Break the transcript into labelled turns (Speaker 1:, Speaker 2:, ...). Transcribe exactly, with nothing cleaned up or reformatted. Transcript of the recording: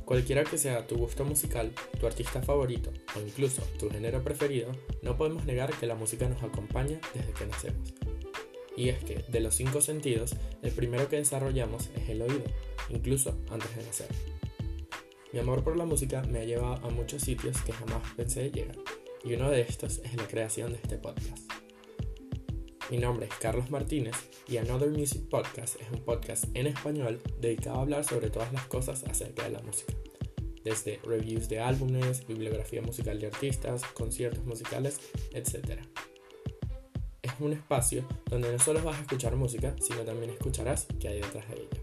Speaker 1: Cualquiera que sea tu gusto musical, tu artista favorito o incluso tu género preferido, no podemos negar que la música nos acompaña desde que nacemos. Y es que, de los cinco sentidos, el primero que desarrollamos es el oído, incluso antes de nacer. Mi amor por la música me ha llevado a muchos sitios que jamás pensé llegar, y uno de estos es la creación de este podcast. Mi nombre es Carlos Martínez y Another Music Podcast es un podcast en español dedicado a hablar sobre todas las cosas acerca de la música, desde reviews de álbumes, bibliografía musical de artistas, conciertos musicales, etcétera. Es un espacio donde no solo vas a escuchar música, sino también escucharás qué hay detrás de ella.